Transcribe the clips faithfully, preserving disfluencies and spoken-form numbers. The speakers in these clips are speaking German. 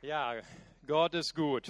Ja, Gott ist gut.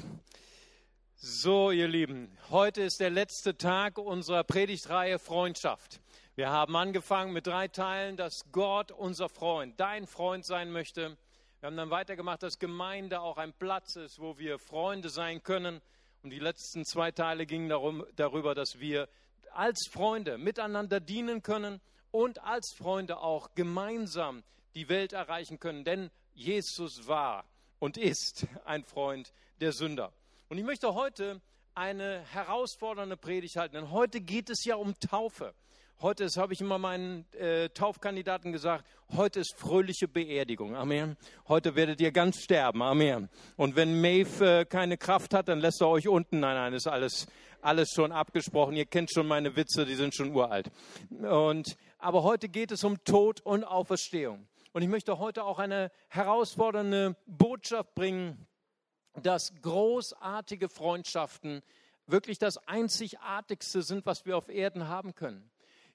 So, ihr Lieben, heute ist der letzte Tag unserer Predigtreihe Freundschaft. Wir haben angefangen mit drei Teilen, dass Gott unser Freund, dein Freund sein möchte. Wir haben dann weitergemacht, dass Gemeinde auch ein Platz ist, wo wir Freunde sein können. Und die letzten zwei Teile gingen darum, darüber, dass wir als Freunde miteinander dienen können und als Freunde auch gemeinsam die Welt erreichen können. Denn Jesus war und ist ein Freund der Sünder. Und ich möchte heute eine herausfordernde Predigt halten, denn heute geht es ja um Taufe. Heute ist, habe ich immer meinen äh, Taufkandidaten gesagt, heute ist fröhliche Beerdigung, Amen. Heute werdet ihr ganz sterben, Amen. Und wenn Maeve äh, keine Kraft hat, dann lässt er euch unten, nein, nein, ist alles, alles schon abgesprochen. Ihr kennt schon meine Witze, die sind schon uralt. Und, aber heute geht es um Tod und Auferstehung. Und ich möchte heute auch eine herausfordernde Botschaft bringen, dass großartige Freundschaften wirklich das Einzigartigste sind, was wir auf Erden haben können.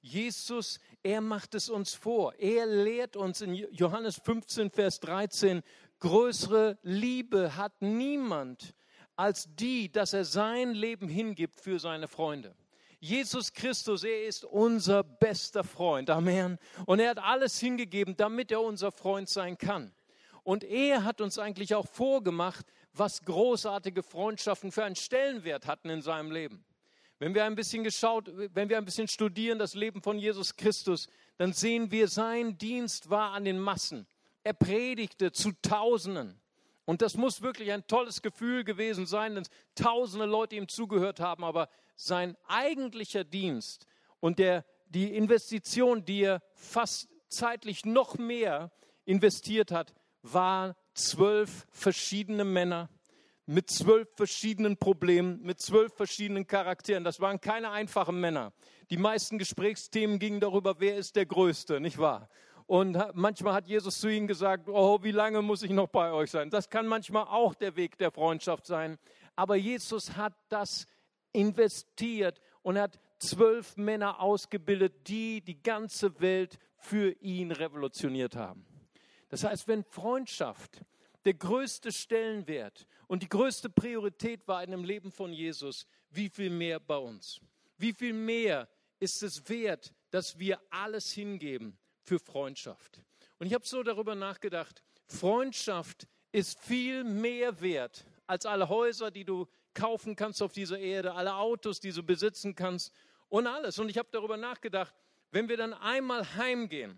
Jesus, er macht es uns vor. Er lehrt uns in Johannes fünfzehn, Vers dreizehn, größere Liebe hat niemand als die, dass er sein Leben hingibt für seine Freunde. Jesus Christus, er ist unser bester Freund, Amen. Und er hat alles hingegeben, damit er unser Freund sein kann. Und er hat uns eigentlich auch vorgemacht, was großartige Freundschaften für einen Stellenwert hatten in seinem Leben. Wenn wir ein bisschen geschaut, wenn wir ein bisschen studieren, das Leben von Jesus Christus, dann sehen wir, sein Dienst war an den Massen. Er predigte zu Tausenden. Und das muss wirklich ein tolles Gefühl gewesen sein, dass tausende Leute ihm zugehört haben. Aber sein eigentlicher Dienst und der, die Investition, die er fast zeitlich noch mehr investiert hat, war zwölf verschiedene Männer mit zwölf verschiedenen Problemen, mit zwölf verschiedenen Charakteren. Das waren keine einfachen Männer. Die meisten Gesprächsthemen gingen darüber, wer ist der Größte, nicht wahr? Und manchmal hat Jesus zu ihnen gesagt, oh, wie lange muss ich noch bei euch sein? Das kann manchmal auch der Weg der Freundschaft sein. Aber Jesus hat das investiert und hat zwölf Männer ausgebildet, die die ganze Welt für ihn revolutioniert haben. Das heißt, wenn Freundschaft der größte Stellenwert und die größte Priorität war in dem Leben von Jesus, wie viel mehr bei uns? Wie viel mehr ist es wert, dass wir alles hingeben für Freundschaft? Und ich habe so darüber nachgedacht, Freundschaft ist viel mehr wert als alle Häuser, die du kaufen kannst auf dieser Erde, alle Autos, die du besitzen kannst und alles. Und ich habe darüber nachgedacht, wenn wir dann einmal heimgehen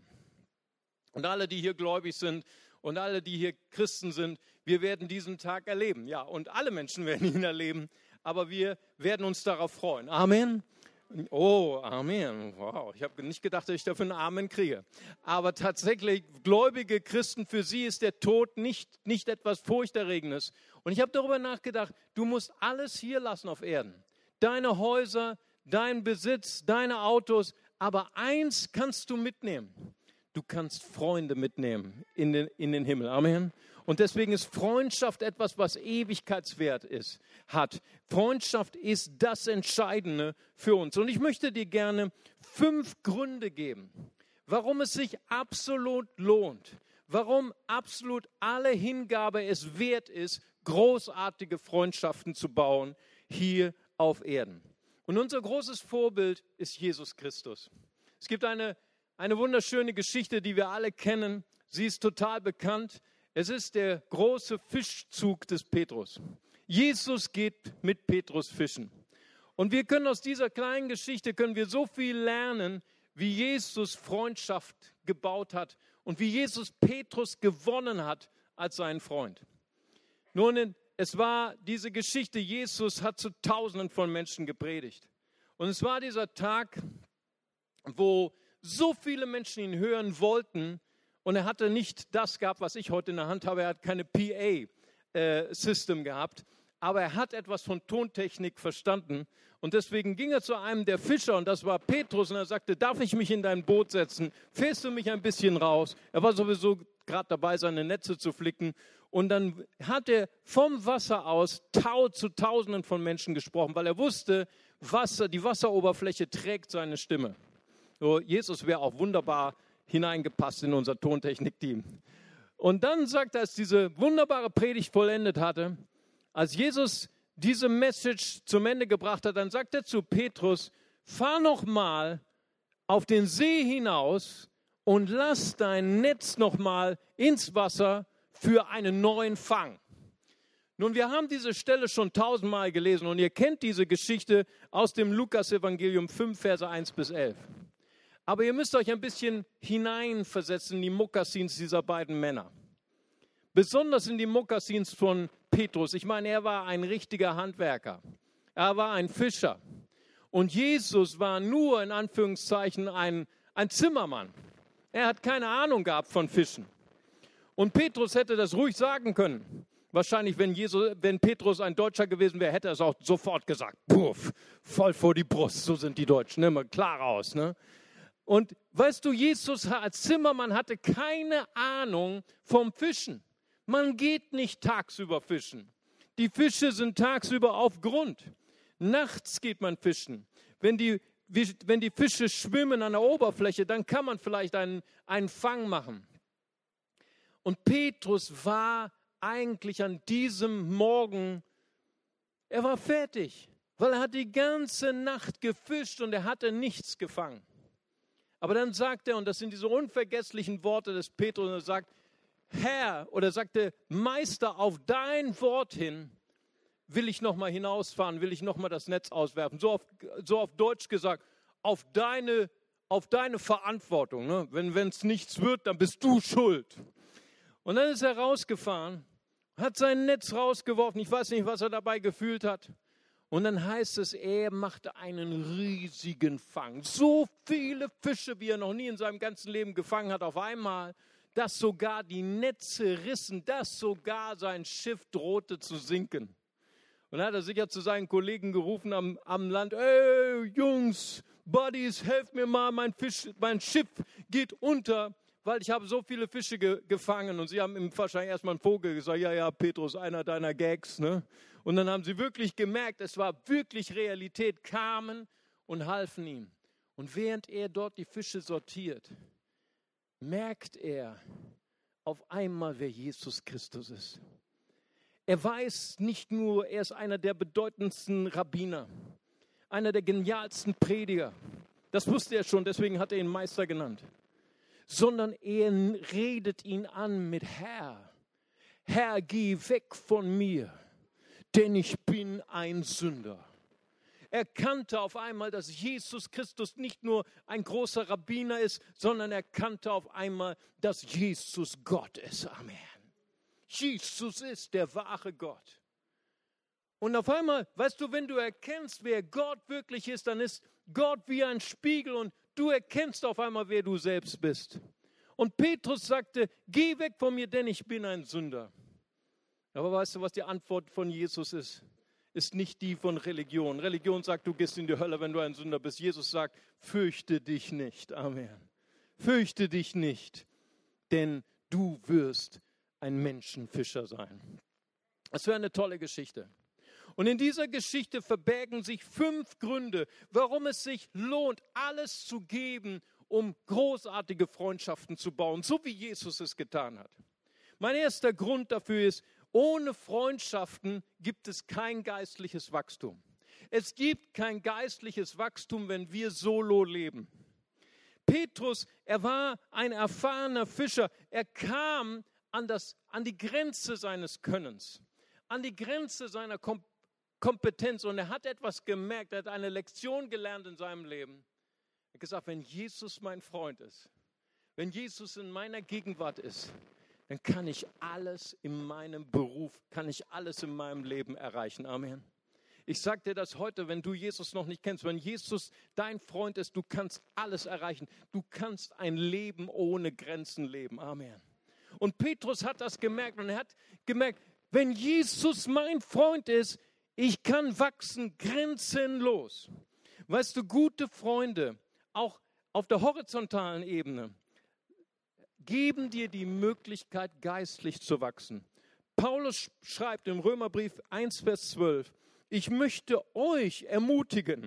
und alle, die hier gläubig sind und alle, die hier Christen sind, wir werden diesen Tag erleben. Ja, und alle Menschen werden ihn erleben, aber wir werden uns darauf freuen. Amen. Oh, Amen. Wow, ich habe nicht gedacht, dass ich dafür einen Amen kriege. Aber tatsächlich, gläubige Christen, für sie ist der Tod nicht, nicht etwas Furchterregendes. Und ich habe darüber nachgedacht, du musst alles hier lassen auf Erden. Deine Häuser, dein Besitz, deine Autos, aber eins kannst du mitnehmen. Du kannst Freunde mitnehmen in den, in den Himmel. Amen. Und deswegen ist Freundschaft etwas, was Ewigkeitswert ist, hat. Freundschaft ist das Entscheidende für uns. Und ich möchte dir gerne fünf Gründe geben, warum es sich absolut lohnt, warum absolut alle Hingabe es wert ist, großartige Freundschaften zu bauen hier auf Erden. Und unser großes Vorbild ist Jesus Christus. Es gibt eine, eine wunderschöne Geschichte, die wir alle kennen. Sie ist total bekannt. Es ist der große Fischzug des Petrus. Jesus geht mit Petrus fischen. Und wir können aus dieser kleinen Geschichte können wir so viel lernen, wie Jesus Freundschaft gebaut hat und wie Jesus Petrus gewonnen hat als seinen Freund. Nun, es war diese Geschichte, Jesus hat zu Tausenden von Menschen gepredigt. Und es war dieser Tag, wo so viele Menschen ihn hören wollten, und er hatte nicht das gehabt, was ich heute in der Hand habe. Er hat keine P A-System gehabt. Aber er hat etwas von Tontechnik verstanden. Und deswegen ging er zu einem der Fischer, und das war Petrus. Und er sagte, darf ich mich in dein Boot setzen? Fährst du mich ein bisschen raus? Er war sowieso gerade dabei, seine Netze zu flicken. Und dann hat er vom Wasser aus tau zu Tausenden von Menschen gesprochen, weil er wusste, Wasser, die Wasseroberfläche trägt seine Stimme. So, Jesus wäre auch wunderbar hineingepasst in unser Tontechnik-Team. Und dann sagt er, als diese wunderbare Predigt vollendet hatte, als Jesus diese Message zum Ende gebracht hat, dann sagt er zu Petrus, fahr noch mal auf den See hinaus und lass dein Netz noch mal ins Wasser für einen neuen Fang. Nun, wir haben diese Stelle schon tausendmal gelesen und ihr kennt diese Geschichte aus dem Lukas-Evangelium fünf, Verse eins bis elf. Aber ihr müsst euch ein bisschen hineinversetzen in die Mokassins dieser beiden Männer. Besonders in die Mokassins von Petrus. Ich meine, er war ein richtiger Handwerker. Er war ein Fischer. Und Jesus war nur in Anführungszeichen ein, ein Zimmermann. Er hat keine Ahnung gehabt von Fischen. Und Petrus hätte das ruhig sagen können. Wahrscheinlich, wenn, Jesus, wenn Petrus ein Deutscher gewesen wäre, hätte er es auch sofort gesagt. Puff, voll vor die Brust, so sind die Deutschen, immer klar raus. Ne? Und weißt du, Jesus als Zimmermann hatte keine Ahnung vom Fischen. Man geht nicht tagsüber fischen. Die Fische sind tagsüber auf Grund. Nachts geht man fischen. Wenn die, wenn die Fische schwimmen an der Oberfläche, dann kann man vielleicht einen, einen Fang machen. Und Petrus war eigentlich an diesem Morgen, er war fertig, weil er hat die ganze Nacht gefischt und er hatte nichts gefangen. Aber dann sagt er, und das sind diese unvergesslichen Worte des Petrus, er sagt, Herr, oder sagte, Meister, auf dein Wort hin will ich nochmal hinausfahren, will ich nochmal das Netz auswerfen. So auf, so auf Deutsch gesagt, auf deine, auf deine Verantwortung. Ne? Wenn es nichts wird, dann bist du schuld. Und dann ist er rausgefahren, hat sein Netz rausgeworfen. Ich weiß nicht, was er dabei gefühlt hat. Und dann heißt es, er machte einen riesigen Fang. So viele Fische, wie er noch nie in seinem ganzen Leben gefangen hat, auf einmal, dass sogar die Netze rissen, dass sogar sein Schiff drohte zu sinken. Und dann hat er sicher zu seinen Kollegen gerufen am, am Land, ey Jungs, Buddies, helft mir mal, mein, Fisch, mein Schiff geht unter, weil ich habe so viele Fische ge- gefangen. Und sie haben ihm wahrscheinlich erstmal einen Vogel gesagt, ja, ja, Petrus, einer deiner Gags. Ne? Und dann haben sie wirklich gemerkt, es war wirklich Realität, kamen und halfen ihm. Und während er dort die Fische sortiert, merkt er auf einmal, wer Jesus Christus ist. Er weiß nicht nur, er ist einer der bedeutendsten Rabbiner, einer der genialsten Prediger. Das wusste er schon, deswegen hat er ihn Meister genannt. Sondern er redet ihn an mit Herr. Herr, geh weg von mir, denn ich bin ein Sünder. Er kannte auf einmal, dass Jesus Christus nicht nur ein großer Rabbiner ist, sondern er kannte auf einmal, dass Jesus Gott ist. Amen. Jesus ist der wahre Gott. Und auf einmal, weißt du, wenn du erkennst, wer Gott wirklich ist, dann ist Gott wie ein Spiegel und du erkennst auf einmal, wer du selbst bist. Und Petrus sagte, geh weg von mir, denn ich bin ein Sünder. Aber weißt du, was die Antwort von Jesus ist? Ist nicht die von Religion. Religion sagt, du gehst in die Hölle, wenn du ein Sünder bist. Jesus sagt, fürchte dich nicht. Amen. Fürchte dich nicht, denn du wirst ein Menschenfischer sein. Das wäre eine tolle Geschichte. Und in dieser Geschichte verbergen sich fünf Gründe, warum es sich lohnt, alles zu geben, um großartige Freundschaften zu bauen, so wie Jesus es getan hat. Mein erster Grund dafür ist, ohne Freundschaften gibt es kein geistliches Wachstum. Es gibt kein geistliches Wachstum, wenn wir solo leben. Petrus, er war ein erfahrener Fischer. Er kam an, das, an die Grenze seines Könnens, an die Grenze seiner Kom- Kompetenz. Und er hat etwas gemerkt, er hat eine Lektion gelernt in seinem Leben. Er hat gesagt, wenn Jesus mein Freund ist, wenn Jesus in meiner Gegenwart ist, dann kann ich alles in meinem Beruf, kann ich alles in meinem Leben erreichen. Amen. Ich sage dir das heute, wenn du Jesus noch nicht kennst, wenn Jesus dein Freund ist, du kannst alles erreichen. Du kannst ein Leben ohne Grenzen leben. Amen. Und Petrus hat das gemerkt und er hat gemerkt, wenn Jesus mein Freund ist, ich kann wachsen grenzenlos. Weißt du, gute Freunde, auch auf der horizontalen Ebene, geben dir die Möglichkeit, geistlich zu wachsen. Paulus schreibt im Römerbrief eins, Vers zwölf, ich möchte euch ermutigen,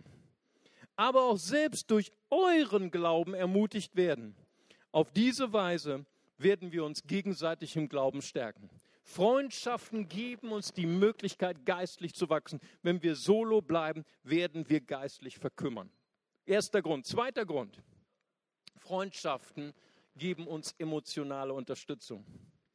aber auch selbst durch euren Glauben ermutigt werden. Auf diese Weise werden wir uns gegenseitig im Glauben stärken. Freundschaften geben uns die Möglichkeit, geistlich zu wachsen. Wenn wir solo bleiben, werden wir geistlich verkümmern. Erster Grund. Zweiter Grund. Freundschaften geben uns emotionale Unterstützung.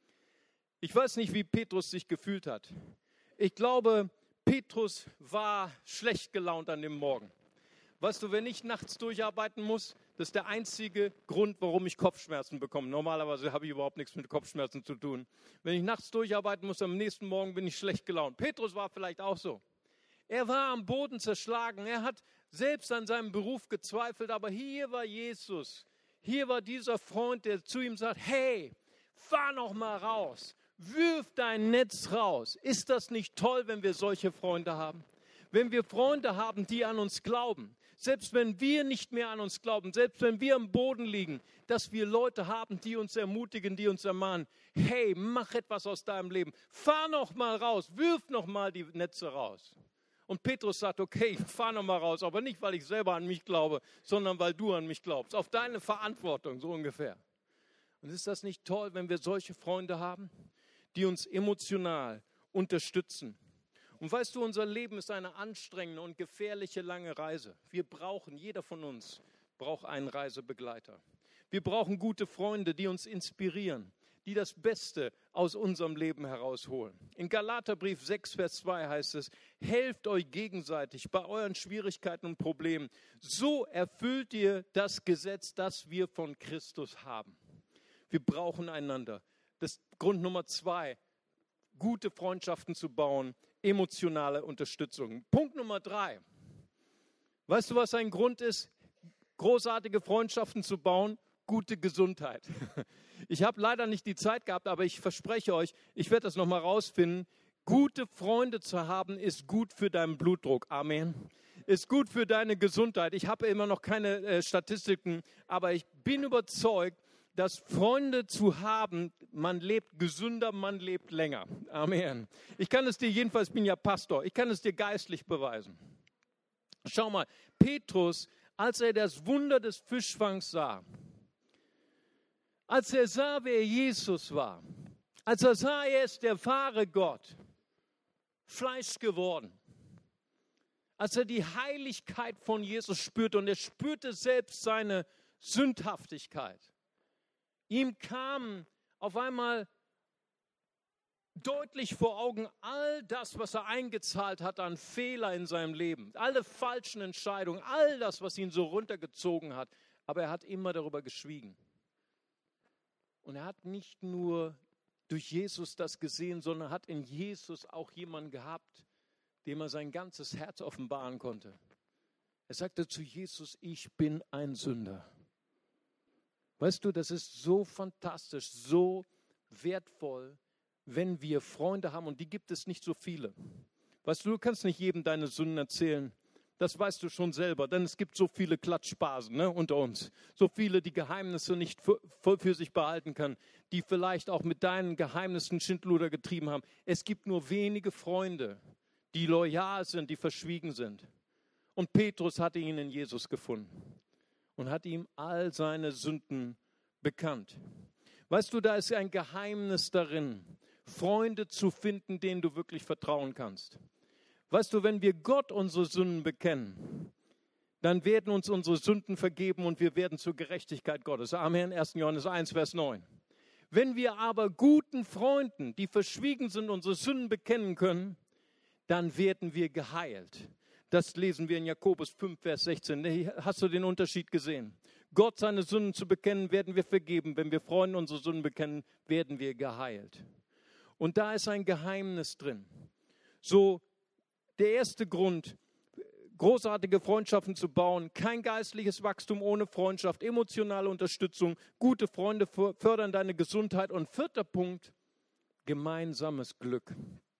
Ich weiß nicht, wie Petrus sich gefühlt hat. Ich glaube, Petrus war schlecht gelaunt an dem Morgen. Weißt du, wenn ich nachts durcharbeiten muss, das ist der einzige Grund, warum ich Kopfschmerzen bekomme. Normalerweise habe ich überhaupt nichts mit Kopfschmerzen zu tun. Wenn ich nachts durcharbeiten muss, am nächsten Morgen bin ich schlecht gelaunt. Petrus war vielleicht auch so. Er war am Boden zerschlagen. Er hat selbst an seinem Beruf gezweifelt. Aber hier war Jesus. Hier war dieser Freund, der zu ihm sagt, hey, fahr noch mal raus. Wirf dein Netz raus. Ist das nicht toll, wenn wir solche Freunde haben? Wenn wir Freunde haben, die an uns glauben, selbst wenn wir nicht mehr an uns glauben, selbst wenn wir am Boden liegen, dass wir Leute haben, die uns ermutigen, die uns ermahnen, hey, mach etwas aus deinem Leben, fahr noch mal raus, wirf noch mal die Netze raus. Und Petrus sagt, okay, fahr noch mal raus, aber nicht, weil ich selber an mich glaube, sondern weil du an mich glaubst, auf deine Verantwortung, so ungefähr. Und ist das nicht toll, wenn wir solche Freunde haben, die uns emotional unterstützen? Und weißt du, unser Leben ist eine anstrengende und gefährliche lange Reise. Wir brauchen, jeder von uns braucht einen Reisebegleiter. Wir brauchen gute Freunde, die uns inspirieren, die das Beste aus unserem Leben herausholen. In Galaterbrief sechs, Vers zwei heißt es, helft euch gegenseitig bei euren Schwierigkeiten und Problemen. So erfüllt ihr das Gesetz, das wir von Christus haben. Wir brauchen einander. Das ist Grund Nummer zwei, gute Freundschaften zu bauen, emotionale Unterstützung. Punkt Nummer drei. Weißt du, was ein Grund ist, großartige Freundschaften zu bauen? Gute Gesundheit. Ich habe leider nicht die Zeit gehabt, aber ich verspreche euch, ich werde das nochmal rausfinden. Gute Freunde zu haben, ist gut für deinen Blutdruck. Amen. Ist gut für deine Gesundheit. Ich habe immer noch keine äh, Statistiken, aber ich bin überzeugt, dass Freunde zu haben, man lebt gesünder, man lebt länger. Amen. Ich kann es dir jedenfalls, ich bin ja Pastor, ich kann es dir geistlich beweisen. Schau mal, Petrus, als er das Wunder des Fischfangs sah, als er sah, wer Jesus war, als er sah, er ist der wahre Gott, Fleisch geworden, als er die Heiligkeit von Jesus spürte und er spürte selbst seine Sündhaftigkeit, ihm kam auf einmal deutlich vor Augen all das, was er eingezahlt hat an Fehler in seinem Leben, alle falschen Entscheidungen, all das, was ihn so runtergezogen hat. Aber er hat immer darüber geschwiegen. Und er hat nicht nur durch Jesus das gesehen, sondern hat in Jesus auch jemanden gehabt, dem er sein ganzes Herz offenbaren konnte. Er sagte zu Jesus, ich bin ein Sünder. Weißt du, das ist so fantastisch, so wertvoll, wenn wir Freunde haben, und die gibt es nicht so viele. Weißt du, du kannst nicht jedem deine Sünden erzählen, das weißt du schon selber, denn es gibt so viele Klatschbasen, ne, unter uns. So viele, die Geheimnisse nicht für, für sich behalten können, die vielleicht auch mit deinen Geheimnissen Schindluder getrieben haben. Es gibt nur wenige Freunde, die loyal sind, die verschwiegen sind. Und Petrus hatte ihn in Jesus gefunden und hat ihm all seine Sünden bekannt. Weißt du, da ist ein Geheimnis darin, Freunde zu finden, denen du wirklich vertrauen kannst. Weißt du, wenn wir Gott unsere Sünden bekennen, dann werden uns unsere Sünden vergeben und wir werden zur Gerechtigkeit Gottes. Amen, erster Johannes eins, Vers neun. Wenn wir aber guten Freunden, die verschwiegen sind, unsere Sünden bekennen können, dann werden wir geheilt. Das lesen wir in Jakobus fünf, Vers sechzehn. Hast du den Unterschied gesehen? Gott seine Sünden zu bekennen, werden wir vergeben. Wenn wir Freunden unsere Sünden bekennen, werden wir geheilt. Und da ist ein Geheimnis drin. So, der erste Grund, großartige Freundschaften zu bauen, kein geistliches Wachstum ohne Freundschaft, emotionale Unterstützung, gute Freunde fördern deine Gesundheit. Und vierter Punkt, gemeinsames Glück.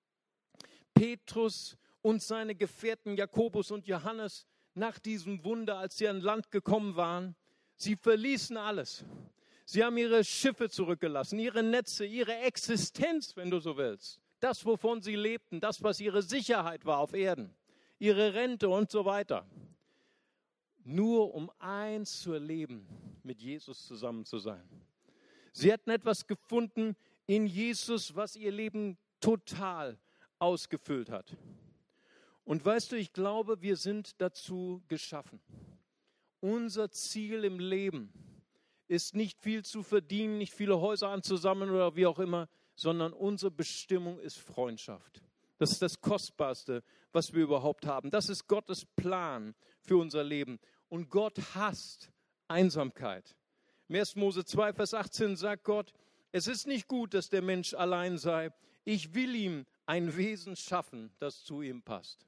Petrus und seine Gefährten Jakobus und Johannes nach diesem Wunder, als sie an Land gekommen waren, sie verließen alles. Sie haben ihre Schiffe zurückgelassen, ihre Netze, ihre Existenz, wenn du so willst. Das, wovon sie lebten, das, was ihre Sicherheit war auf Erden, ihre Rente und so weiter. Nur um eins zu erleben, mit Jesus zusammen zu sein. Sie hatten etwas gefunden in Jesus, was ihr Leben total ausgefüllt hat. Und weißt du, ich glaube, wir sind dazu geschaffen. Unser Ziel im Leben ist nicht viel zu verdienen, nicht viele Häuser anzusammeln oder wie auch immer, sondern unsere Bestimmung ist Freundschaft. Das ist das Kostbarste, was wir überhaupt haben. Das ist Gottes Plan für unser Leben. Und Gott hasst Einsamkeit. Im ersten Mose zwei, Vers achtzehn sagt Gott, es ist nicht gut, dass der Mensch allein sei. Ich will ihm ein Wesen schaffen, das zu ihm passt.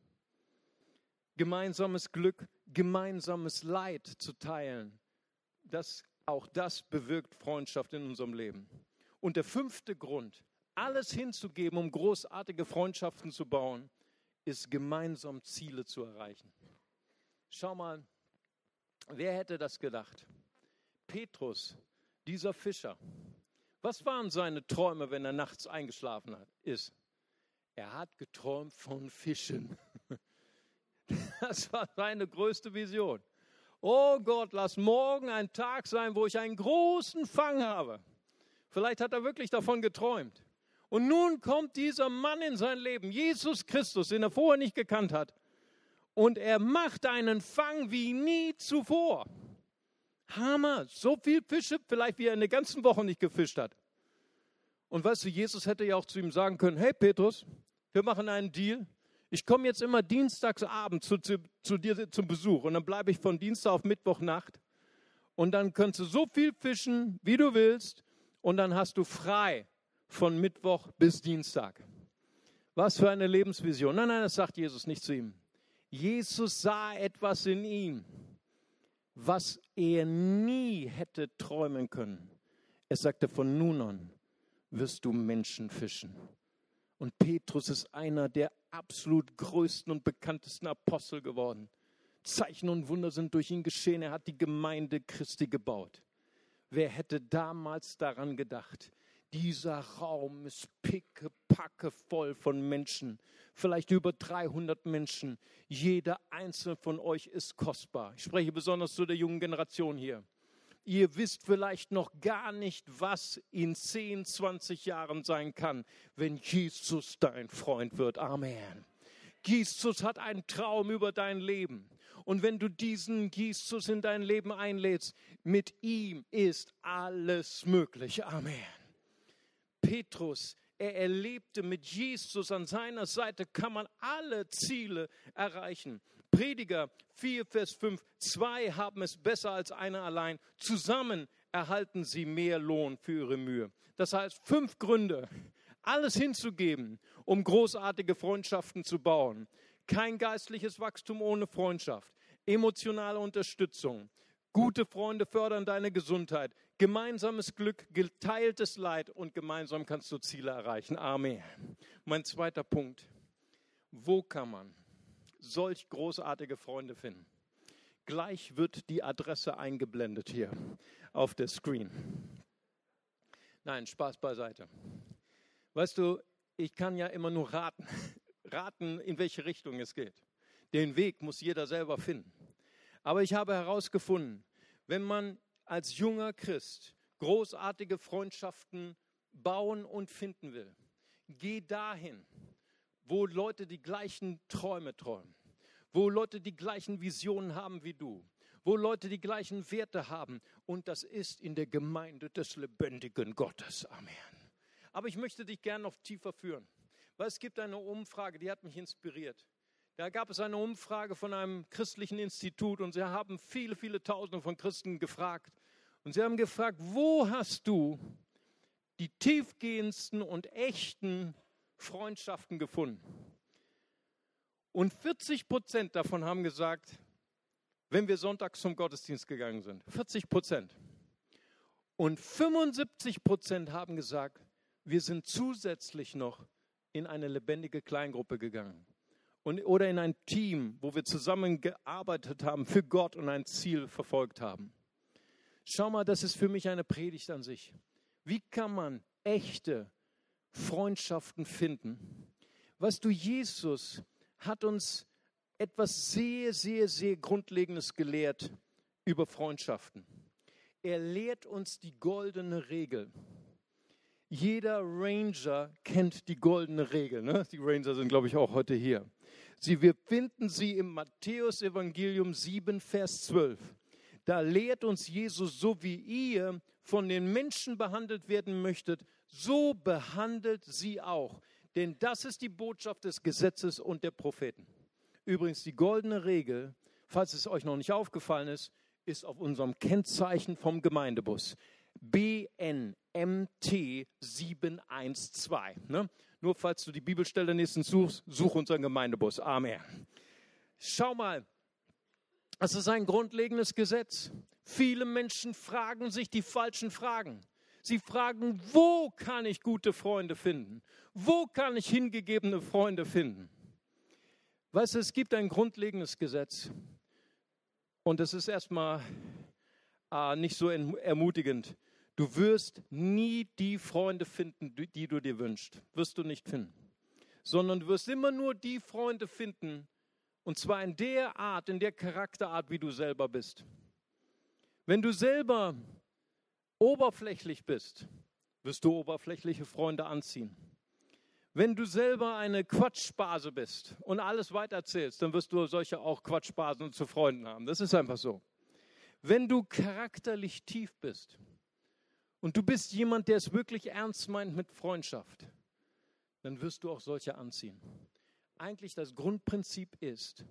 Gemeinsames Glück, gemeinsames Leid zu teilen, das, auch das bewirkt Freundschaft in unserem Leben. Und der fünfte Grund, alles hinzugeben, um großartige Freundschaften zu bauen, ist gemeinsam Ziele zu erreichen. Schau mal, wer hätte das gedacht? Petrus, dieser Fischer. Was waren seine Träume, wenn er nachts eingeschlafen hat, ist? Er hat geträumt von Fischen. Das war seine größte Vision. Oh Gott, lass morgen ein Tag sein, wo ich einen großen Fang habe. Vielleicht hat er wirklich davon geträumt. Und nun kommt dieser Mann in sein Leben, Jesus Christus, den er vorher nicht gekannt hat. Und er macht einen Fang wie nie zuvor. Hammer, so viel Fische, vielleicht wie er in der ganzen Woche nicht gefischt hat. Und weißt du, Jesus hätte ja auch zu ihm sagen können, hey Petrus, wir machen einen Deal. Ich komme jetzt immer dienstagsabend zu, zu, zu dir zum Besuch und dann bleibe ich von Dienstag auf Mittwochnacht und dann kannst du so viel fischen, wie du willst und dann hast du frei von Mittwoch bis Dienstag. Was für eine Lebensvision. Nein, nein, das sagt Jesus nicht zu ihm. Jesus sah etwas in ihm, was er nie hätte träumen können. Er sagte, von nun an wirst du Menschen fischen. Und Petrus ist einer der absolut größten und bekanntesten Apostel geworden. Zeichen und Wunder sind durch ihn geschehen. Er hat die Gemeinde Christi gebaut. Wer hätte damals daran gedacht? Dieser Raum ist pickepacke voll von Menschen. Vielleicht über dreihundert Menschen. Jeder einzelne von euch ist kostbar. Ich spreche besonders zu der jungen Generation hier. Ihr wisst vielleicht noch gar nicht, was in zehn, zwanzig Jahren sein kann, wenn Jesus dein Freund wird. Amen. Jesus hat einen Traum über dein Leben. Und wenn du diesen Jesus in dein Leben einlädst, mit ihm ist alles möglich. Amen. Petrus, er erlebte mit Jesus an seiner Seite, kann man alle Ziele erreichen. Prediger vier, Vers fünf, zwei haben es besser als einer allein. Zusammen erhalten sie mehr Lohn für ihre Mühe. Das heißt, fünf Gründe, alles hinzugeben, um großartige Freundschaften zu bauen. Kein geistliches Wachstum ohne Freundschaft. Emotionale Unterstützung. Gute Freunde fördern deine Gesundheit. Gemeinsames Glück, geteiltes Leid und gemeinsam kannst du Ziele erreichen. Amen. Mein zweiter Punkt. Wo kann man solch großartige Freunde finden? Gleich wird die Adresse eingeblendet hier auf der Screen. Nein, Spaß beiseite. Weißt du, ich kann ja immer nur raten, raten, in welche Richtung es geht. Den Weg muss jeder selber finden. Aber ich habe herausgefunden, wenn man als junger Christ großartige Freundschaften bauen und finden will, geh dahin, wo Leute die gleichen Träume träumen, wo Leute die gleichen Visionen haben wie du, wo Leute die gleichen Werte haben. Und das ist in der Gemeinde des lebendigen Gottes. Amen. Aber ich möchte dich gerne noch tiefer führen, weil es gibt eine Umfrage, die hat mich inspiriert. Da gab es eine Umfrage von einem christlichen Institut und sie haben viele, viele Tausende von Christen gefragt. Und sie haben gefragt, wo hast du die tiefgehendsten und echten Freundschaften gefunden? Und vierzig Prozent davon haben gesagt, wenn wir sonntags zum Gottesdienst gegangen sind. vierzig Prozent. Und fünfundsiebzig Prozent haben gesagt, wir sind zusätzlich noch in eine lebendige Kleingruppe gegangen. Und, oder in ein Team, wo wir zusammen gearbeitet haben für Gott und ein Ziel verfolgt haben. Schau mal, das ist für mich eine Predigt an sich. Wie kann man echte Freundschaften finden? Weißt du, Jesus hat uns etwas sehr, sehr, sehr Grundlegendes gelehrt über Freundschaften. Er lehrt uns die goldene Regel. Jeder Ranger kennt die goldene Regel. Ne? Die Ranger sind, glaube ich, auch heute hier. Sie, wir finden sie im Matthäus-Evangelium sieben, Vers zwölf. Da lehrt uns Jesus, so wie ihr von den Menschen behandelt werden möchtet, so behandelt sie auch. Denn das ist die Botschaft des Gesetzes und der Propheten. Übrigens, die goldene Regel, falls es euch noch nicht aufgefallen ist, ist auf unserem Kennzeichen vom Gemeindebus. B N M T sieben eins zwei. Ne? Nur falls du die Bibelstelle nächstens suchst, such unseren Gemeindebus. Amen. Schau mal, es ist ein grundlegendes Gesetz. Viele Menschen fragen sich die falschen Fragen. Sie fragen, wo kann ich gute Freunde finden? Wo kann ich hingegebene Freunde finden? Weißt du, es gibt ein grundlegendes Gesetz. Und es ist erstmal äh, nicht so ermutigend. Du wirst nie die Freunde finden, die du dir wünschst. Wirst du nicht finden. Sondern du wirst immer nur die Freunde finden, und zwar in der Art, in der Charakterart, wie du selber bist. Wenn du selber oberflächlich bist, wirst du oberflächliche Freunde anziehen. Wenn du selber eine Quatschbase bist und alles weitererzählst, dann wirst du solche auch Quatschbasen zu Freunden haben. Das ist einfach so. Wenn du charakterlich tief bist und du bist jemand, der es wirklich ernst meint mit Freundschaft, dann wirst du auch solche anziehen. Eigentlich das Grundprinzip ist,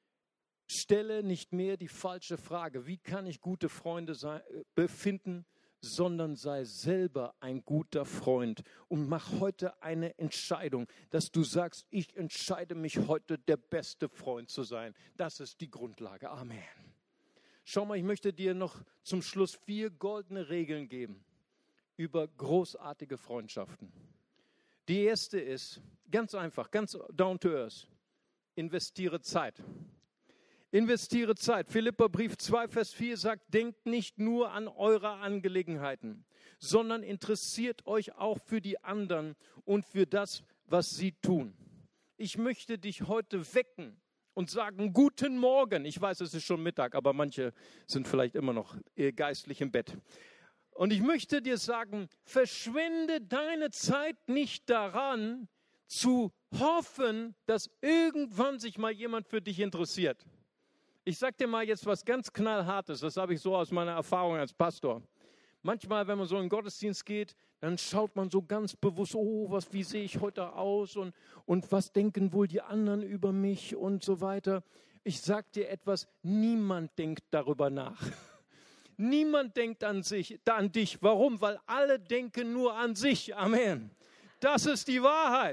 stelle nicht mehr die falsche Frage, wie kann ich gute Freunde sein, befinden, sondern sei selber ein guter Freund und mach heute eine Entscheidung, dass du sagst, ich entscheide mich heute, der beste Freund zu sein. Das ist die Grundlage. Amen. Schau mal, ich möchte dir noch zum Schluss vier goldene Regeln geben über großartige Freundschaften. Die erste ist, ganz einfach, ganz down to earth, investiere Zeit. Investiere Zeit. Philipperbrief zwei, Vers vier sagt, denkt nicht nur an eure Angelegenheiten, sondern interessiert euch auch für die anderen und für das, was sie tun. Ich möchte dich heute wecken und sagen, guten Morgen. Ich weiß, es ist schon Mittag, aber manche sind vielleicht immer noch geistlich im Bett. Und ich möchte dir sagen, verschwende deine Zeit nicht daran, zu hoffen, dass irgendwann sich mal jemand für dich interessiert. Ich sage dir mal jetzt was ganz Knallhartes, das habe ich so aus meiner Erfahrung als Pastor. Manchmal, wenn man so in den Gottesdienst geht, dann schaut man so ganz bewusst, oh, was, wie sehe ich heute aus und, und was denken wohl die anderen über mich und so weiter. Ich sage dir etwas, niemand denkt darüber nach. Niemand denkt an sich, an dich. Warum? Weil alle denken nur an sich. Amen. Das ist die Wahrheit.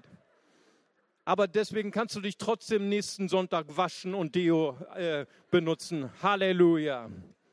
Aber deswegen kannst du dich trotzdem nächsten Sonntag waschen und Deo äh, benutzen. Halleluja.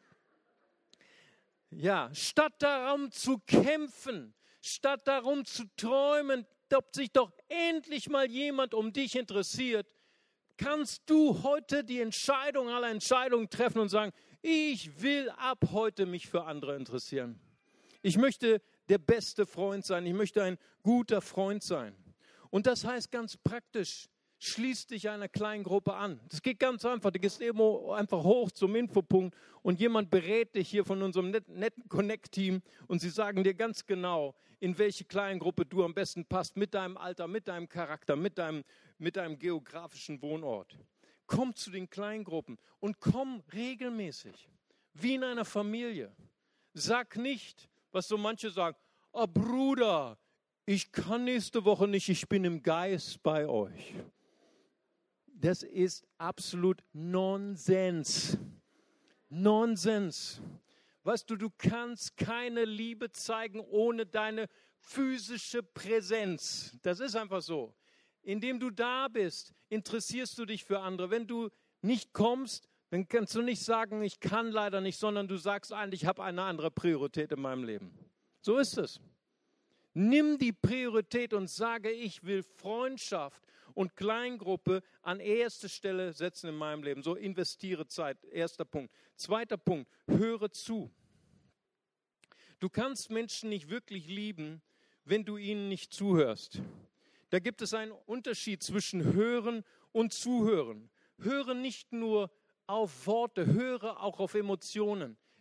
Ja, statt darum zu kämpfen, statt darum zu träumen, ob sich doch endlich mal jemand um dich interessiert, kannst du heute die Entscheidung aller Entscheidungen treffen und sagen, ich will ab heute mich für andere interessieren. Ich möchte der beste Freund sein, ich möchte ein guter Freund sein. Und das heißt ganz praktisch, schließ dich einer kleinen Gruppe an. Das geht ganz einfach. Du gehst irgendwo einfach hoch zum Infopunkt und jemand berät dich hier von unserem netten Connect-Team und sie sagen dir ganz genau, in welche Kleingruppe du am besten passt, mit deinem Alter, mit deinem Charakter, mit deinem, mit deinem geografischen Wohnort. Komm zu den Kleingruppen und komm regelmäßig, wie in einer Familie. Sag nicht, was so manche sagen, oh Bruder, ich kann nächste Woche nicht, ich bin im Geist bei euch. Das ist absolut Nonsens. Nonsens. Weißt du, du kannst keine Liebe zeigen ohne deine physische Präsenz. Das ist einfach so. Indem du da bist, interessierst du dich für andere. Wenn du nicht kommst, dann kannst du nicht sagen, ich kann leider nicht, sondern du sagst eigentlich, ich habe eine andere Priorität in meinem Leben. So ist es. Nimm die Priorität und sage, ich will Freundschaft und Kleingruppe an erste Stelle setzen in meinem Leben. So investiere Zeit, erster Punkt. Zweiter Punkt, höre zu. Du kannst Menschen nicht wirklich lieben, wenn du ihnen nicht zuhörst. Da gibt es einen Unterschied zwischen Hören und Zuhören. Höre nicht nur auf Worte, höre auch auf Emotionen.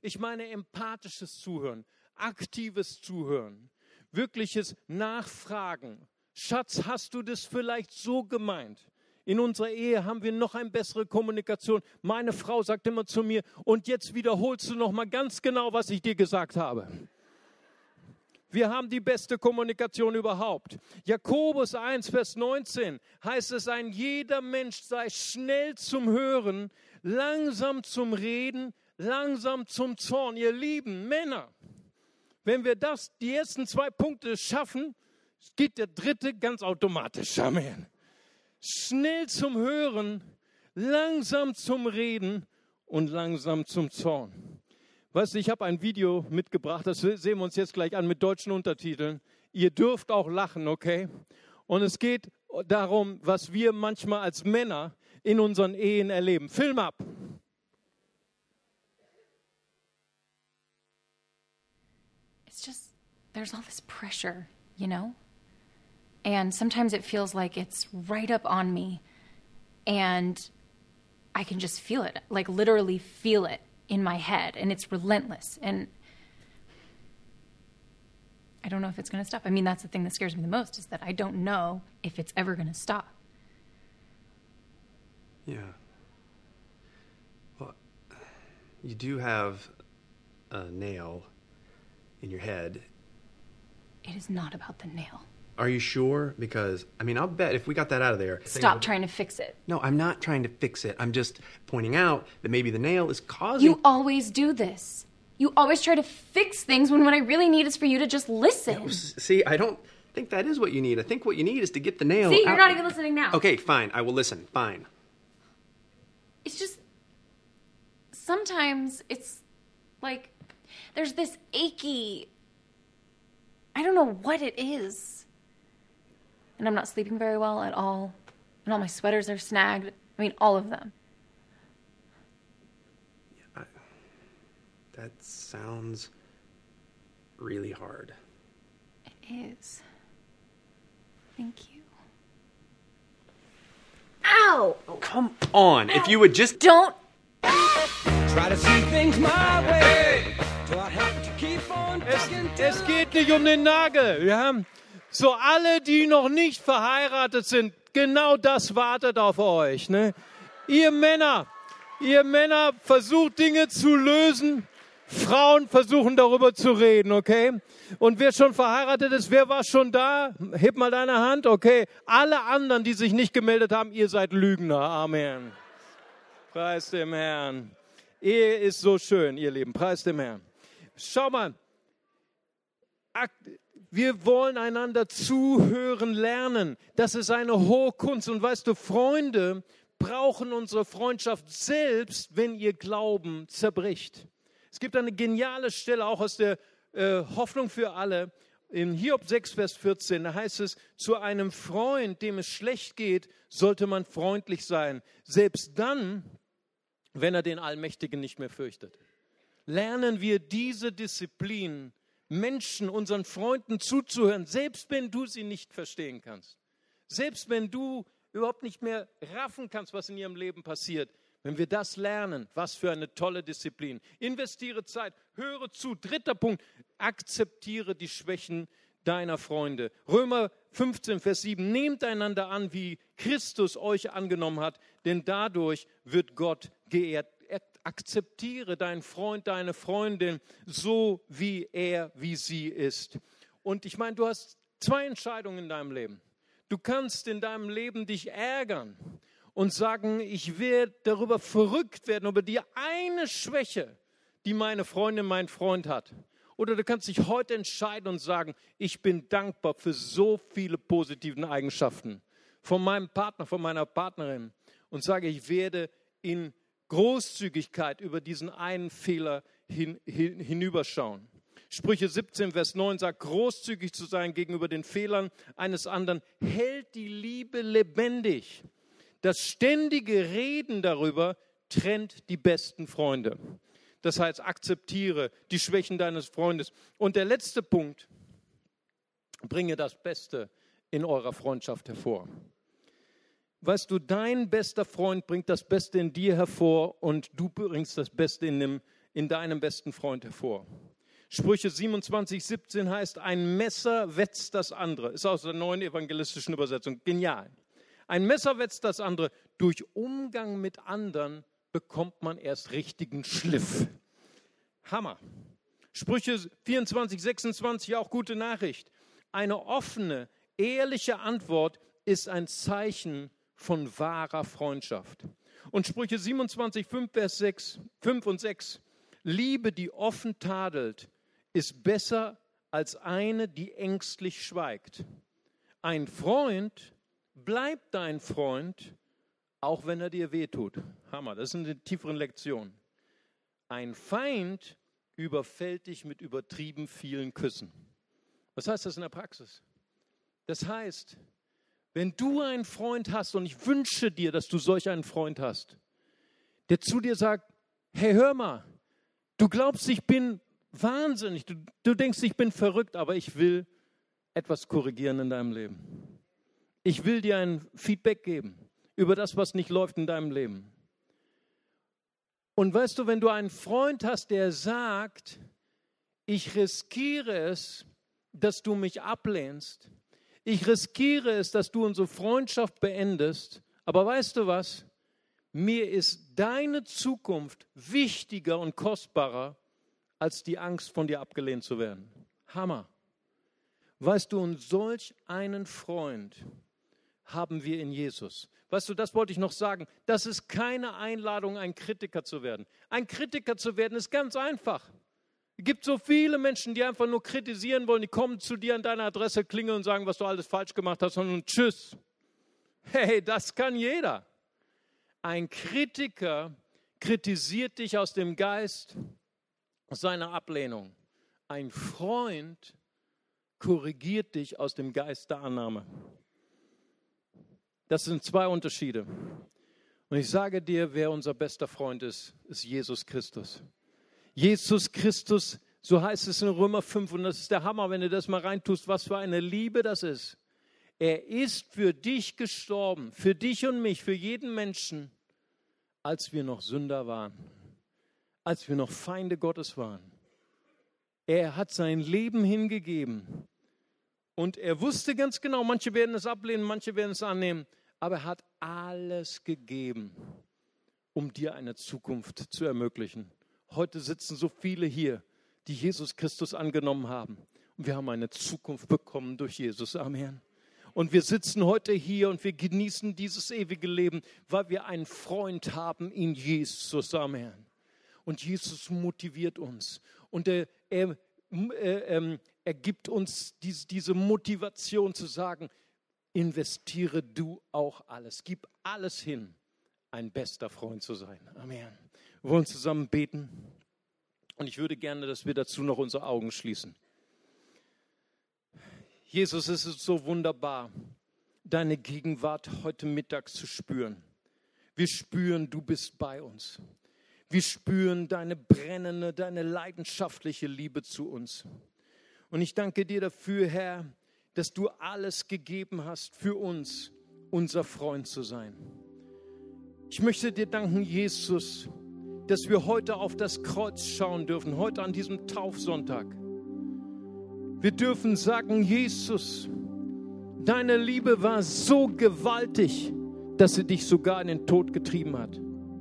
Ich meine empathisches Zuhören, aktives Zuhören, wirkliches Nachfragen. Schatz, hast du das vielleicht so gemeint? In unserer Ehe haben wir noch eine bessere Kommunikation. Meine Frau sagt immer zu mir, und jetzt wiederholst du noch mal ganz genau, was ich dir gesagt habe. Wir haben die beste Kommunikation überhaupt. Jakobus eins, Vers neunzehn heißt es, ein jeder Mensch sei schnell zum Hören, langsam zum Reden, langsam zum Zorn. Ihr lieben Männer, wenn wir das, die ersten zwei Punkte schaffen, geht der dritte ganz automatisch. Amen. Schnell zum Hören, langsam zum Reden und langsam zum Zorn. Weißt du, ich habe ein Video mitgebracht, das sehen wir uns jetzt gleich an mit deutschen Untertiteln. Ihr dürft auch lachen, okay? Und es geht darum, was wir manchmal als Männer in unseren Ehen erleben. Film ab. It's just, there's all this pressure, you know? And sometimes it feels like it's right up on me. And I can just feel it, like literally feel it in my head. And it's relentless. And I don't know if it's going to stop. I mean, that's the thing that scares me the most, is that I don't know if it's ever going to stop. Yeah. Well, you do have a nail in your head. It is not about the nail. Are you sure? Because, I mean, I'll bet if we got that out of there... Stop trying to fix it. No, I'm not trying to fix it. I'm just pointing out that maybe the nail is causing... You always do this. You always try to fix things when what I really need is for you to just listen. No, see, I don't think that is what you need. I think what you need is to get the nail See, you're out. not even listening now. Okay, fine. I will listen. Fine. It's just... Sometimes it's like... There's this achy... I don't know what it is. And I'm not sleeping very well at all. And all my sweaters are snagged. I mean, all of them. Yeah, I, that sounds really hard. It is. Thank you. Ow! Oh, come on. Ow. If you would just... Don't... Try to see things my way. Do I have to keep on Es, es geht nicht um den Nagel. Ja? So alle, die noch nicht verheiratet sind, genau das wartet auf euch. Ne? Ihr Männer, ihr Männer versucht Dinge zu lösen. Frauen versuchen darüber zu reden, okay? Und wer schon verheiratet ist, wer war schon da? Heb mal deine Hand, okay? Alle anderen, die sich nicht gemeldet haben, ihr seid Lügner. Amen. Preis dem Herrn. Ehe ist so schön, ihr Lieben. Preis dem Herrn. Schau mal. Wir wollen einander zuhören lernen. Das ist eine hohe Kunst. Und weißt du, Freunde brauchen unsere Freundschaft selbst, wenn ihr Glauben zerbricht. Es gibt eine geniale Stelle, auch aus der äh, Hoffnung für alle. In Hiob sechs, Vers vierzehn, da heißt es, zu einem Freund, dem es schlecht geht, sollte man freundlich sein. Selbst dann, wenn er den Allmächtigen nicht mehr fürchtet. Lernen wir diese Disziplin, Menschen, unseren Freunden zuzuhören, selbst wenn du sie nicht verstehen kannst. Selbst wenn du überhaupt nicht mehr raffen kannst, was in ihrem Leben passiert. Wenn wir das lernen, was für eine tolle Disziplin. Investiere Zeit, höre zu. Dritter Punkt, akzeptiere die Schwächen deiner Freunde. Römer fünfzehn, Vers sieben, nehmt einander an, wie Christus euch angenommen hat, denn dadurch wird Gott geehrt. Akzeptiere deinen Freund, deine Freundin, so wie er, wie sie ist. Und ich meine, du hast zwei Entscheidungen in deinem Leben. Du kannst in deinem Leben dich ärgern und sagen, ich werde darüber verrückt werden, über die eine Schwäche, die meine Freundin, mein Freund hat. Oder du kannst dich heute entscheiden und sagen, ich bin dankbar für so viele positiven Eigenschaften von meinem Partner, von meiner Partnerin und sage, ich werde in Großzügigkeit über diesen einen Fehler hin, hin, hinüberschauen. Sprüche siebzehn, Vers neun sagt, großzügig zu sein gegenüber den Fehlern eines anderen hält die Liebe lebendig. Das ständige Reden darüber trennt die besten Freunde. Das heißt, akzeptiere die Schwächen deines Freundes. Und der letzte Punkt, bringe das Beste in eurer Freundschaft hervor. Weißt du, dein bester Freund bringt das Beste in dir hervor und du bringst das Beste in dem, in deinem besten Freund hervor. Sprüche siebenundzwanzig, siebzehn heißt, ein Messer wetzt das andere. Ist aus der neuen evangelistischen Übersetzung. Genial. Ein Messer wetzt das andere. Durch Umgang mit anderen bekommt man erst richtigen Schliff. Hammer. Sprüche vierundzwanzig, sechsundzwanzig, auch gute Nachricht. Eine offene, ehrliche Antwort ist ein Zeichen von wahrer Freundschaft. Und Sprüche siebenundzwanzig, fünf, Vers sechs, fünf und sechs. Liebe, die offen tadelt, ist besser als eine, die ängstlich schweigt. Ein Freund bleibt dein Freund, auch wenn er dir wehtut. Hammer, das ist eine tiefere Lektion. Ein Feind überfällt dich mit übertrieben vielen Küssen. Was heißt das in der Praxis? Das heißt, wenn du einen Freund hast, und ich wünsche dir, dass du solch einen Freund hast, der zu dir sagt, hey, hör mal, du glaubst, ich bin wahnsinnig, du, du denkst, ich bin verrückt, aber ich will etwas korrigieren in deinem Leben. Ich will dir ein Feedback geben über das, was nicht läuft in deinem Leben. Und weißt du, wenn du einen Freund hast, der sagt, ich riskiere es, dass du mich ablehnst, ich riskiere es, dass du unsere Freundschaft beendest, aber weißt du was? Mir ist deine Zukunft wichtiger und kostbarer, als die Angst, von dir abgelehnt zu werden. Hammer. Weißt du, und solch einen Freund haben wir in Jesus. Weißt du, das wollte ich noch sagen. Das ist keine Einladung, ein Kritiker zu werden. Ein Kritiker zu werden ist ganz einfach. Es gibt so viele Menschen, die einfach nur kritisieren wollen. Die kommen zu dir an deine Adresse, klingeln und sagen, was du alles falsch gemacht hast und tschüss. Hey, das kann jeder. Ein Kritiker kritisiert dich aus dem Geist seiner Ablehnung. Ein Freund korrigiert dich aus dem Geist der Annahme. Das sind zwei Unterschiede. Und ich sage dir, wer unser bester Freund ist, ist Jesus Christus. Jesus Christus, so heißt es in Römer fünf, und das ist der Hammer, wenn du das mal reintust, was für eine Liebe das ist. Er ist für dich gestorben, für dich und mich, für jeden Menschen, als wir noch Sünder waren, als wir noch Feinde Gottes waren. Er hat sein Leben hingegeben und er wusste ganz genau, manche werden es ablehnen, manche werden es annehmen, aber er hat alles gegeben, um dir eine Zukunft zu ermöglichen. Heute sitzen so viele hier, die Jesus Christus angenommen haben. Und wir haben eine Zukunft bekommen durch Jesus. Amen. Und wir sitzen heute hier und wir genießen dieses ewige Leben, weil wir einen Freund haben in Jesus. Amen. Und Jesus motiviert uns. Und er, er, er, er gibt uns diese, diese Motivation zu sagen, investiere du auch alles. Gib alles hin, ein bester Freund zu sein. Amen. Wir wollen zusammen beten. Und ich würde gerne, dass wir dazu noch unsere Augen schließen. Jesus, es ist so wunderbar, deine Gegenwart heute Mittag zu spüren. Wir spüren, du bist bei uns. Wir spüren deine brennende, deine leidenschaftliche Liebe zu uns. Und ich danke dir dafür, Herr, dass du alles gegeben hast für uns, unser Freund zu sein. Ich möchte dir danken, Jesus, dass wir heute auf das Kreuz schauen dürfen, heute an diesem Taufsonntag. Wir dürfen sagen, Jesus, deine Liebe war so gewaltig, dass sie dich sogar in den Tod getrieben hat.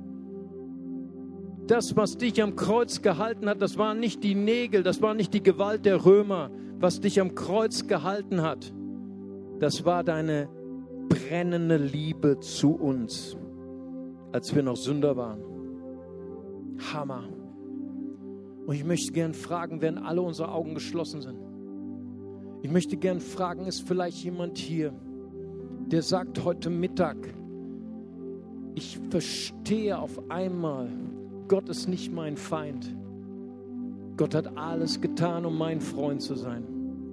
Das, was dich am Kreuz gehalten hat, das waren nicht die Nägel, das war nicht die Gewalt der Römer. Was dich am Kreuz gehalten hat, das war deine brennende Liebe zu uns, als wir noch Sünder waren. Hammer. Und ich möchte gern fragen, während alle unsere Augen geschlossen sind. Ich möchte gern fragen, ist vielleicht jemand hier, der sagt heute Mittag, ich verstehe auf einmal, Gott ist nicht mein Feind. Gott hat alles getan, um mein Freund zu sein.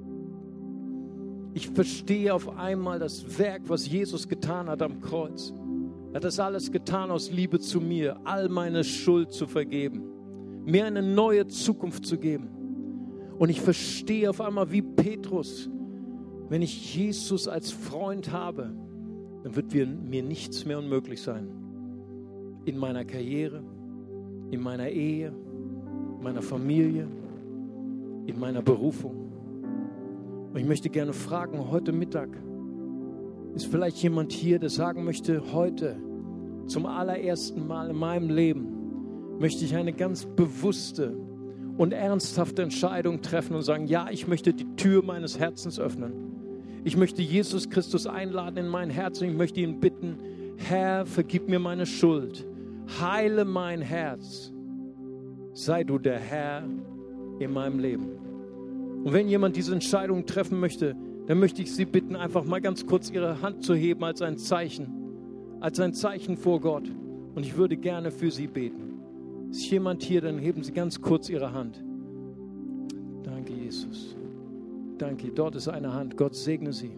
Ich verstehe auf einmal das Werk, was Jesus getan hat am Kreuz. Er hat das alles getan aus Liebe zu mir, all meine Schuld zu vergeben, mir eine neue Zukunft zu geben. Und ich verstehe auf einmal wie Petrus, wenn ich Jesus als Freund habe, dann wird mir nichts mehr unmöglich sein. In meiner Karriere, in meiner Ehe, in meiner Familie, in meiner Berufung. Und ich möchte gerne fragen, heute Mittag, ist vielleicht jemand hier, der sagen möchte, heute zum allerersten Mal in meinem Leben möchte ich eine ganz bewusste und ernsthafte Entscheidung treffen und sagen, ja, ich möchte die Tür meines Herzens öffnen. Ich möchte Jesus Christus einladen in mein Herz und ich möchte ihn bitten, Herr, vergib mir meine Schuld, heile mein Herz, sei du der Herr in meinem Leben. Und wenn jemand diese Entscheidung treffen möchte, dann möchte ich Sie bitten, einfach mal ganz kurz Ihre Hand zu heben als ein Zeichen, als ein Zeichen vor Gott. Und ich würde gerne für Sie beten. Ist jemand hier, dann heben Sie ganz kurz Ihre Hand. Danke, Jesus. Danke, dort ist eine Hand. Gott segne Sie.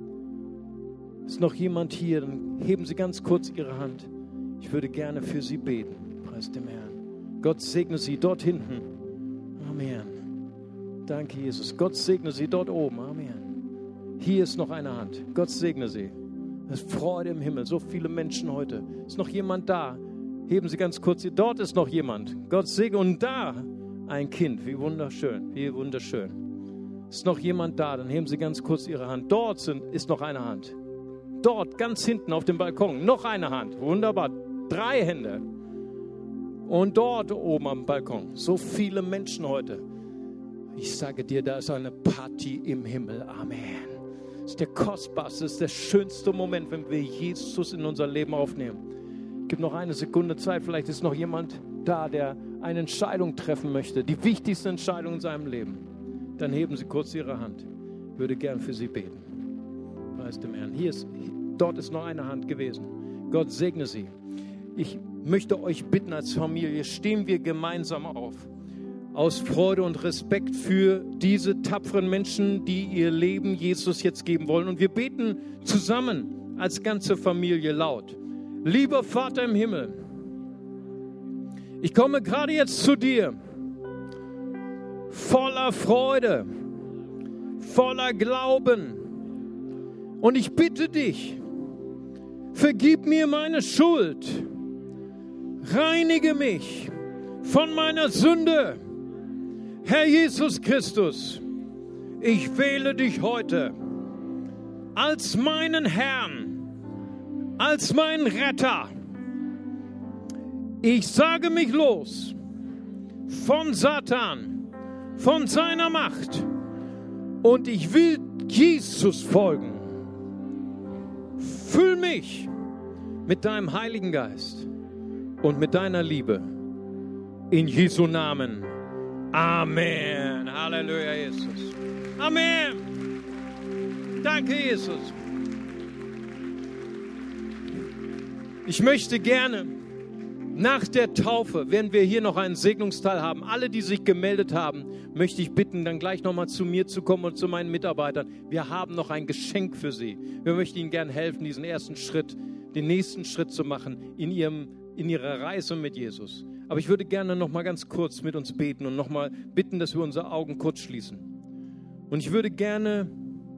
Ist noch jemand hier, dann heben Sie ganz kurz Ihre Hand. Ich würde gerne für Sie beten. Preis dem Herrn. Gott segne Sie dort hinten. Amen. Danke, Jesus. Gott segne Sie dort oben. Amen. Hier ist noch eine Hand. Gott segne Sie. Es ist Freude im Himmel. So viele Menschen heute. Ist noch jemand da? Heben Sie ganz kurz. Dort ist noch jemand. Gott segne. Und da ein Kind. Wie wunderschön. Wie wunderschön. Ist noch jemand da? Dann heben Sie ganz kurz Ihre Hand. Dort sind, ist noch eine Hand. Dort, ganz hinten auf dem Balkon. Noch eine Hand. Wunderbar. Drei Hände. Und dort oben am Balkon. So viele Menschen heute. Ich sage dir, da ist eine Party im Himmel. Amen. Das ist der kostbarste, das ist der schönste Moment, wenn wir Jesus in unser Leben aufnehmen. Es gibt noch eine Sekunde Zeit. Vielleicht ist noch jemand da, der eine Entscheidung treffen möchte. Die wichtigste Entscheidung in seinem Leben. Dann heben Sie kurz Ihre Hand. Ich würde gern für Sie beten. Preis dem Herrn. Hier ist, dort ist noch eine Hand gewesen. Gott segne Sie. Ich möchte euch bitten, als Familie, stehen wir gemeinsam auf. Aus Freude und Respekt für diese tapferen Menschen, die ihr Leben Jesus jetzt geben wollen. Und wir beten zusammen als ganze Familie laut. Lieber Vater im Himmel, ich komme gerade jetzt zu dir, voller Freude, voller Glauben. Und ich bitte dich, vergib mir meine Schuld, reinige mich von meiner Sünde. Herr Jesus Christus, ich wähle dich heute als meinen Herrn, als meinen Retter. Ich sage mich los von Satan, von seiner Macht und ich will Jesus folgen. Füll mich mit deinem Heiligen Geist und mit deiner Liebe. In Jesu Namen. Amen. Halleluja, Jesus. Amen. Danke, Jesus. Ich möchte gerne nach der Taufe, wenn wir hier noch einen Segnungsteil haben, alle, die sich gemeldet haben, möchte ich bitten, dann gleich nochmal zu mir zu kommen und zu meinen Mitarbeitern. Wir haben noch ein Geschenk für Sie. Wir möchten Ihnen gerne helfen, diesen ersten Schritt, den nächsten Schritt zu machen in, ihrem, in Ihrer Reise mit Jesus. Aber ich würde gerne noch mal ganz kurz mit uns beten und noch mal bitten, dass wir unsere Augen kurz schließen. Und ich würde gerne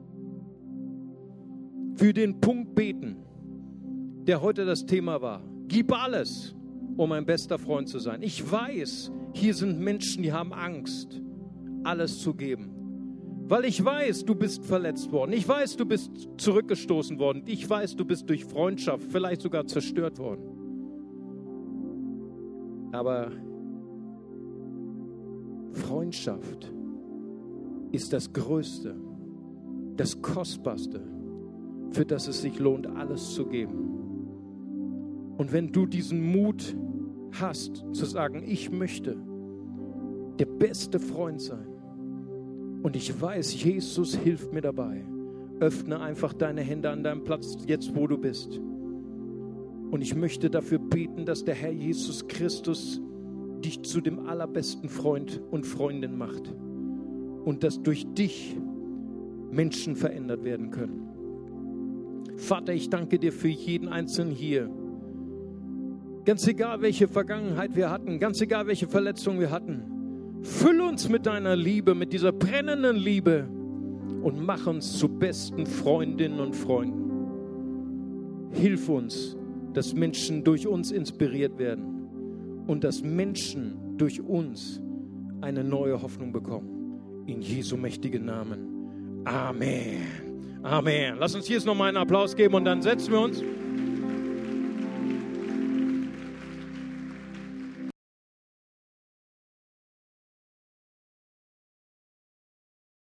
für den Punkt beten, der heute das Thema war. Gib alles, um ein bester Freund zu sein. Ich weiß, hier sind Menschen, die haben Angst, alles zu geben. Weil ich weiß, du bist verletzt worden. Ich weiß, du bist zurückgestoßen worden. Ich weiß, du bist durch Freundschaft vielleicht sogar zerstört worden. Aber Freundschaft ist das Größte, das Kostbarste, für das es sich lohnt, alles zu geben. Und wenn du diesen Mut hast, zu sagen, ich möchte der beste Freund sein und ich weiß, Jesus hilft mir dabei, öffne einfach deine Hände an deinem Platz, jetzt wo du bist. Und ich möchte dafür beten, dass der Herr Jesus Christus dich zu dem allerbesten Freund und Freundin macht. Und dass durch dich Menschen verändert werden können. Vater, ich danke dir für jeden Einzelnen hier. Ganz egal, welche Vergangenheit wir hatten, ganz egal, welche Verletzungen wir hatten. Fülle uns mit deiner Liebe, mit dieser brennenden Liebe und mach uns zu besten Freundinnen und Freunden. Hilf uns, dass Menschen durch uns inspiriert werden und dass Menschen durch uns eine neue Hoffnung bekommen. In Jesu mächtigen Namen. Amen. Amen. Lass uns hier jetzt nochmal einen Applaus geben und dann setzen wir uns.